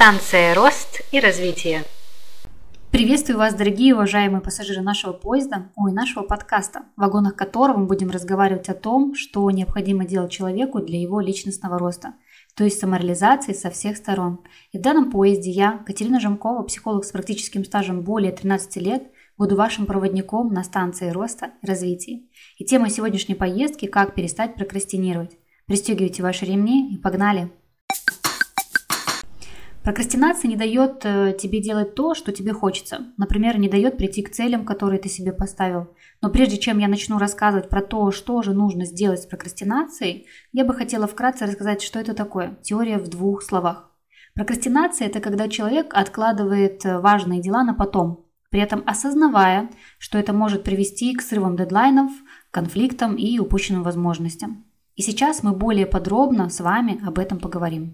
Станция «Рост и развитие». Приветствую вас, дорогие уважаемые пассажиры нашего нашего подкаста, в вагонах которого мы будем разговаривать о том, что необходимо делать человеку для его личностного роста, то есть самореализации со всех сторон. И в данном поезде я, Катерина Жамкова, психолог с практическим стажем более 13 лет, буду вашим проводником на станции роста и развития. И тема сегодняшней поездки – как перестать прокрастинировать. Пристегивайте ваши ремни и погнали! Прокрастинация не дает тебе делать то, что тебе хочется. Например, не дает прийти к целям, которые ты себе поставил. Но прежде чем я начну рассказывать про то, что же нужно сделать с прокрастинацией, я бы хотела вкратце рассказать, что это такое. Теория в 2 словах. Прокрастинация – это когда человек откладывает важные дела на потом, при этом осознавая, что это может привести к срывам дедлайнов, конфликтам и упущенным возможностям. И сейчас мы более подробно с вами об этом поговорим.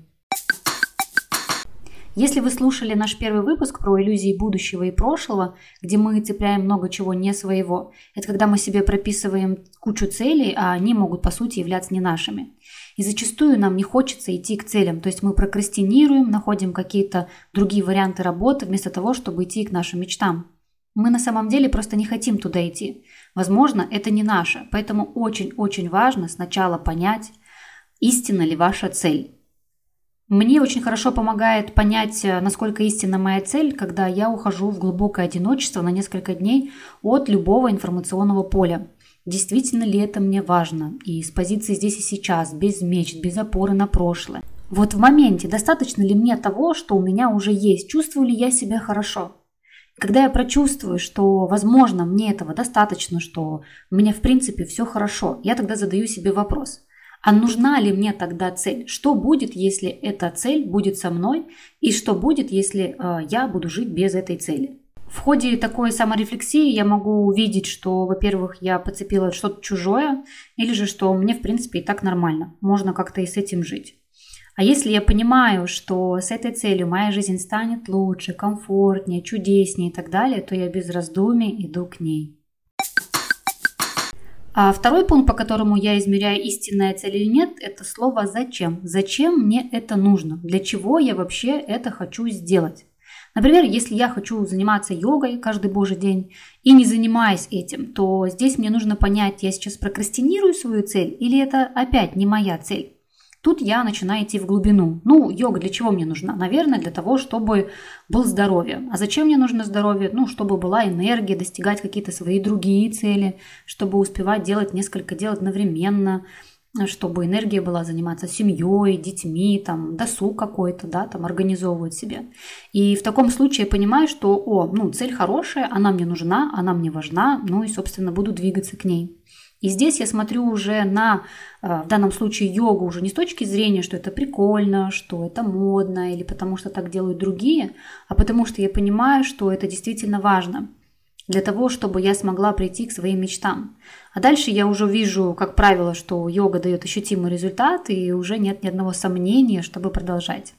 Если вы слушали наш первый выпуск про иллюзии будущего и прошлого, где мы цепляем много чего не своего, это когда мы себе прописываем кучу целей, а они могут по сути являться не нашими. И зачастую нам не хочется идти к целям, то есть мы прокрастинируем, находим какие-то другие варианты работы вместо того, чтобы идти к нашим мечтам. Мы на самом деле просто не хотим туда идти. Возможно, это не наше, поэтому очень-очень важно сначала понять, истинна ли ваша цель. Мне очень хорошо помогает понять, насколько истинна моя цель, когда я ухожу в глубокое одиночество на несколько дней от любого информационного поля. Действительно ли это мне важно? И с позиции здесь и сейчас, без мечт, без опоры на прошлое. Вот в моменте, достаточно ли мне того, что у меня уже есть? Чувствую ли я себя хорошо? Когда я прочувствую, что, возможно, мне этого достаточно, что у меня в принципе все хорошо, я тогда задаю себе вопрос. А нужна ли мне тогда цель? Что будет, если эта цель будет со мной? И что будет, если я буду жить без этой цели? В ходе такой саморефлексии я могу увидеть, что, во-первых, я подцепила что-то чужое, или же что мне, в принципе, и так нормально. Можно как-то и с этим жить. А если я понимаю, что с этой целью моя жизнь станет лучше, комфортнее, чудеснее и так далее, то я без раздумий иду к ней. А второй пункт, по которому я измеряю, истинная цель или нет, это слово «зачем». Зачем мне это нужно? Для чего я вообще это хочу сделать? Например, если я хочу заниматься йогой каждый божий день и не занимаюсь этим, то здесь мне нужно понять, я сейчас прокрастинирую свою цель или это опять не моя цель. Тут я начинаю идти в глубину. Йога для чего мне нужна? Наверное, для того, чтобы было здоровье. А зачем мне нужно здоровье? Чтобы была энергия, достигать какие-то свои другие цели, чтобы успевать делать несколько дел одновременно, чтобы энергия была заниматься семьей, детьми, досуг какой-то, организовывать себе. И в таком случае я понимаю, что, цель хорошая, она мне нужна, она мне важна, и, собственно, буду двигаться к ней. И здесь я смотрю уже на, в данном случае, йогу уже не с точки зрения, что это прикольно, что это модно или потому что так делают другие, а потому что я понимаю, что это действительно важно для того, чтобы я смогла прийти к своим мечтам. А дальше я уже вижу, как правило, что йога дает ощутимый результат и уже нет ни одного сомнения, чтобы продолжать.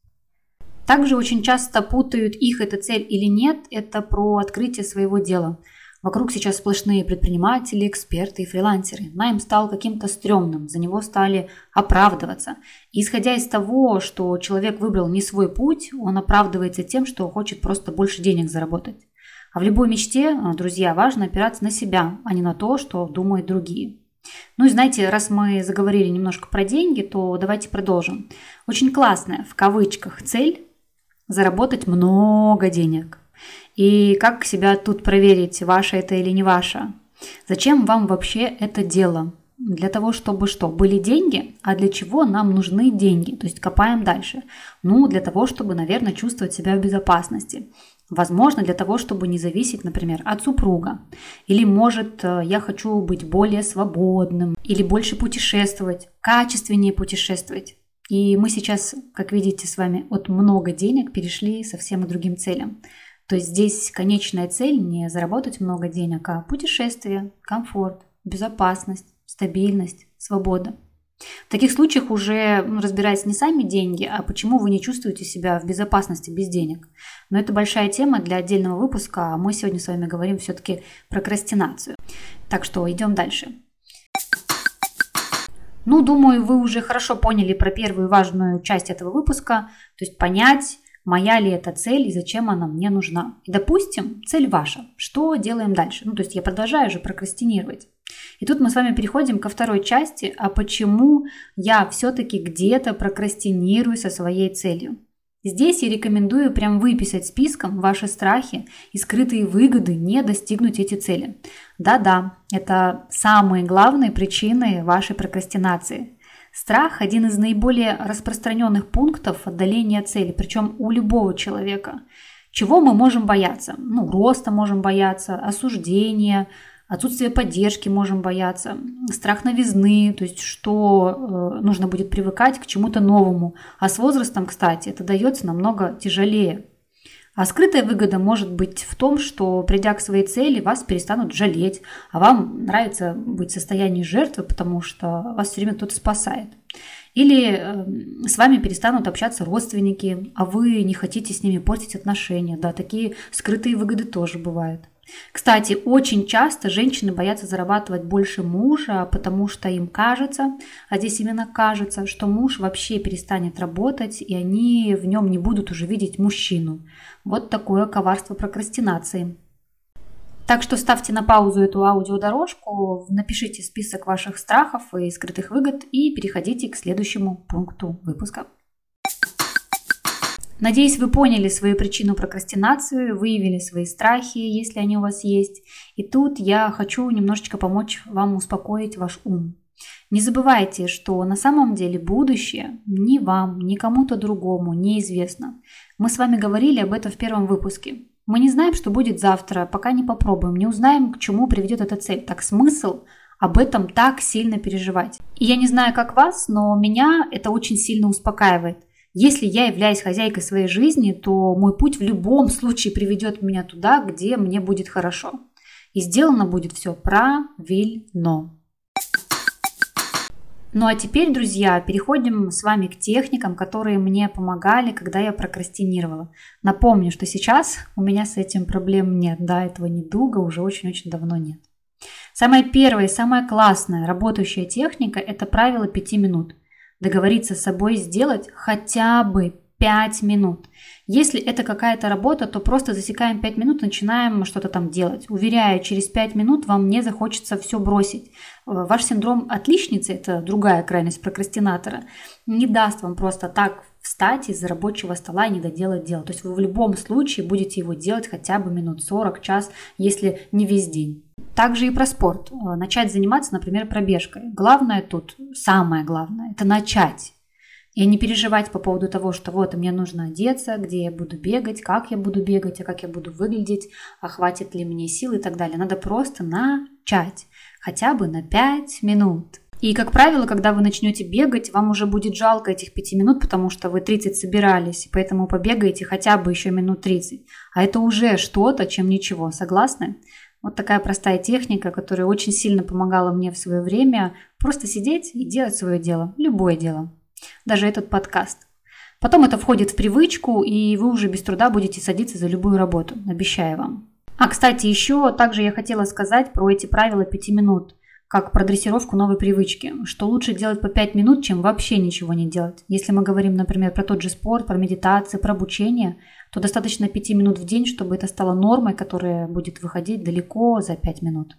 Также очень часто путают их это цель или нет, это про открытие своего дела. Вокруг сейчас сплошные предприниматели, эксперты и фрилансеры. Найм стал каким-то стрёмным, за него стали оправдываться. И исходя из того, что человек выбрал не свой путь, он оправдывается тем, что хочет просто больше денег заработать. А в любой мечте, друзья, важно опираться на себя, а не на то, что думают другие. И знаете, раз мы заговорили немножко про деньги, то давайте продолжим. Очень классная, в кавычках, цель – заработать много денег. И как себя тут проверить, ваше это или не ваше? Зачем вам вообще это дело? Для того, чтобы что? Были деньги? А для чего нам нужны деньги? То есть копаем дальше. Для того, чтобы, наверное, чувствовать себя в безопасности. Возможно, для того, чтобы не зависеть, например, от супруга. Или, может, я хочу быть более свободным. Или больше путешествовать, качественнее путешествовать. И мы сейчас, как видите с вами, от много денег перешли совсем к другим целям. То есть здесь конечная цель не заработать много денег, а путешествие, комфорт, безопасность, стабильность, свобода. В таких случаях уже разбираются не сами деньги, а почему вы не чувствуете себя в безопасности без денег. Но это большая тема для отдельного выпуска, а мы сегодня с вами говорим все-таки про прокрастинацию. Так что идем дальше. Думаю, вы уже хорошо поняли про первую важную часть этого выпуска, то есть понять, моя ли это цель и зачем она мне нужна. И, допустим, цель ваша. Что делаем дальше? То есть я продолжаю же прокрастинировать. И тут мы с вами переходим ко второй части, а почему я все-таки где-то прокрастинирую со своей целью. Здесь я рекомендую прям выписать списком ваши страхи и скрытые выгоды не достигнуть эти цели. Да-да, это самые главные причины вашей прокрастинации. Страх – один из наиболее распространенных пунктов отдаления цели, причем у любого человека. Чего мы можем бояться? Роста можем бояться, осуждения, отсутствие поддержки можем бояться, страх новизны, то есть что нужно будет привыкать к чему-то новому. А с возрастом, кстати, это дается намного тяжелее. А скрытая выгода может быть в том, что, придя к своей цели, вас перестанут жалеть, а вам нравится быть в состоянии жертвы, потому что вас все время кто-то спасает. Или с вами перестанут общаться родственники, а вы не хотите с ними портить отношения. Да, такие скрытые выгоды тоже бывают. Кстати, очень часто женщины боятся зарабатывать больше мужа, потому что им кажется, а здесь именно кажется, что муж вообще перестанет работать, и они в нем не будут уже видеть мужчину. Вот такое коварство прокрастинации. Так что ставьте на паузу эту аудиодорожку, напишите список ваших страхов и скрытых выгод и переходите к следующему пункту выпуска. Надеюсь, вы поняли свою причину прокрастинации, выявили свои страхи, если они у вас есть. И тут я хочу немножечко помочь вам успокоить ваш ум. Не забывайте, что на самом деле будущее ни вам, ни кому-то другому неизвестно. Мы с вами говорили об этом в первом выпуске. Мы не знаем, что будет завтра, пока не попробуем, не узнаем, к чему приведет эта цель. Так смысл об этом так сильно переживать. И я не знаю, как вас, но меня это очень сильно успокаивает. Если я являюсь хозяйкой своей жизни, то мой путь в любом случае приведет меня туда, где мне будет хорошо. И сделано будет все правильно. Ну а теперь, друзья, переходим с вами к техникам, которые мне помогали, когда я прокрастинировала. Напомню, что сейчас у меня с этим проблем нет. Да, этого недуга уже очень-очень давно нет. Самая первая и самая классная работающая техника – это правило 5 минут. Договориться с собой сделать хотя бы 5 минут. Если это какая-то работа, то просто засекаем 5 минут, начинаем что-то там делать. Уверяю, через 5 минут вам не захочется все бросить. Ваш синдром отличницы, это другая крайность прокрастинатора, не даст вам просто так встать из-за рабочего стола и не доделать дело. То есть вы в любом случае будете его делать хотя бы минут 40, час, если не весь день. Также и про спорт. Начать заниматься, например, пробежкой. Главное тут, самое главное, это начать. И не переживать по поводу того, что вот мне нужно одеться, где я буду бегать, а как я буду выглядеть, а хватит ли мне сил и так далее. Надо просто начать. Хотя бы на 5 минут. И, как правило, когда вы начнете бегать, вам уже будет жалко этих 5 минут, потому что вы 30 собирались, и поэтому побегаете хотя бы еще минут 30. А это уже что-то, чем ничего. Согласны? Вот такая простая техника, которая очень сильно помогала мне в свое время. Просто сидеть и делать свое дело. Любое дело. Даже этот подкаст. Потом это входит в привычку, и вы уже без труда будете садиться за любую работу. Обещаю вам. Кстати, еще также я хотела сказать про эти правила 5 минут. Как про дрессировку новой привычки, что лучше делать по 5 минут, чем вообще ничего не делать. Если мы говорим, например, про тот же спорт, про медитацию, про обучение, то достаточно 5 минут в день, чтобы это стало нормой, которая будет выходить далеко за 5 минут.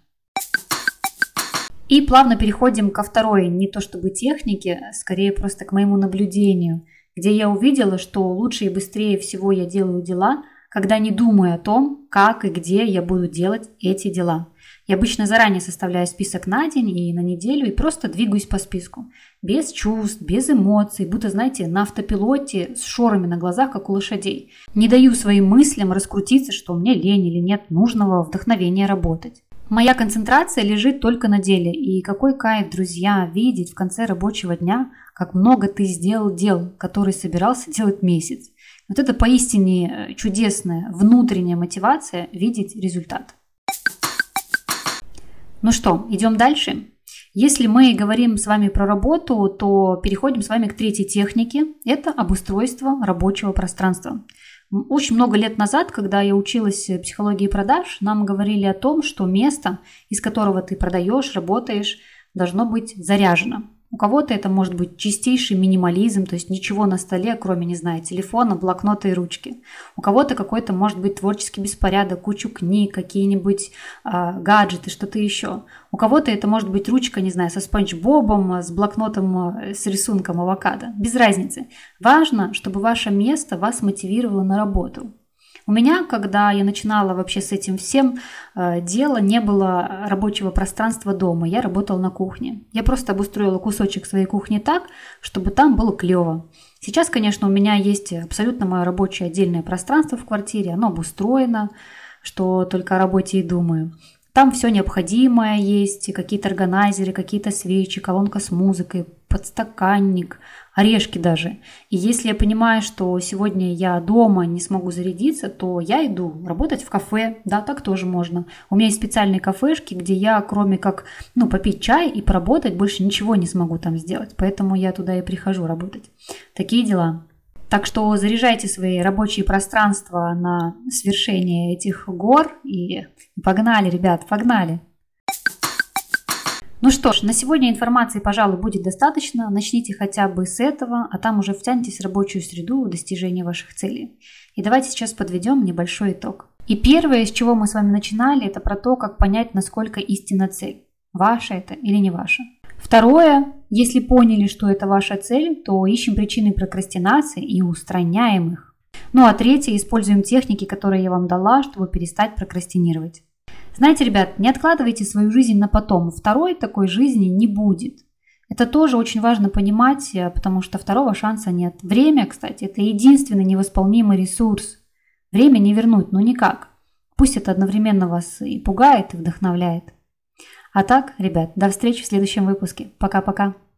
И плавно переходим ко второй, не то чтобы технике, скорее просто к моему наблюдению, где я увидела, что лучше и быстрее всего я делаю дела, когда не думаю о том, как и где я буду делать эти дела. Я обычно заранее составляю список на день и на неделю и просто двигаюсь по списку. Без чувств, без эмоций, будто, знаете, на автопилоте с шорами на глазах, как у лошадей. Не даю своим мыслям раскрутиться, что мне лень или нет нужного вдохновения работать. Моя концентрация лежит только на деле. И какой кайф, друзья, видеть в конце рабочего дня, как много ты сделал дел, которые собирался делать месяц. Вот это поистине чудесная внутренняя мотивация видеть результат. Ну что, идем дальше. Если мы говорим с вами про работу, то переходим с вами к третьей технике. Это обустройство рабочего пространства. Очень много лет назад, когда я училась психологии продаж, нам говорили о том, что место, из которого ты продаешь, работаешь, должно быть заряжено. У кого-то это может быть чистейший минимализм, то есть ничего на столе, кроме, не знаю, телефона, блокнота и ручки. У кого-то какой-то может быть творческий беспорядок, кучу книг, какие-нибудь гаджеты, что-то еще. У кого-то это может быть ручка, не знаю, со Спанч Бобом, с блокнотом, с рисунком авокадо. Без разницы. Важно, чтобы ваше место вас мотивировало на работу. У меня, когда я начинала вообще с этим всем дело, не было рабочего пространства дома, я работала на кухне. Я просто обустроила кусочек своей кухни так, чтобы там было клево. Сейчас, конечно, у меня есть абсолютно мое рабочее отдельное пространство в квартире, оно обустроено, что только о работе и думаю. Там все необходимое есть, какие-то органайзеры, какие-то свечи, колонка с музыкой, подстаканник, орешки даже. И если я понимаю, что сегодня я дома не смогу зарядиться, то я иду работать в кафе. Да, так тоже можно. У меня есть специальные кафешки, где я, кроме как попить чай и поработать, больше ничего не смогу там сделать. Поэтому я туда и прихожу работать. Такие дела. Так что заряжайте свои рабочие пространства на свершение этих гор и погнали, ребят, погнали! Ну что ж, на сегодня информации, пожалуй, будет достаточно. Начните хотя бы с этого, а там уже втянетесь в рабочую среду достижения ваших целей. И давайте сейчас подведем небольшой итог. И первое, с чего мы с вами начинали, это про то, как понять, насколько истинна цель. Ваша это или не ваша. Второе, если поняли, что это ваша цель, то ищем причины прокрастинации и устраняем их. Ну а третье, используем техники, которые я вам дала, чтобы перестать прокрастинировать. Знаете, ребят, не откладывайте свою жизнь на потом. Второй такой жизни не будет. Это тоже очень важно понимать, потому что второго шанса нет. Время, кстати, это единственный невосполнимый ресурс. Время не вернуть, никак. Пусть это одновременно вас и пугает, и вдохновляет. А так, ребят, до встречи в следующем выпуске. Пока-пока.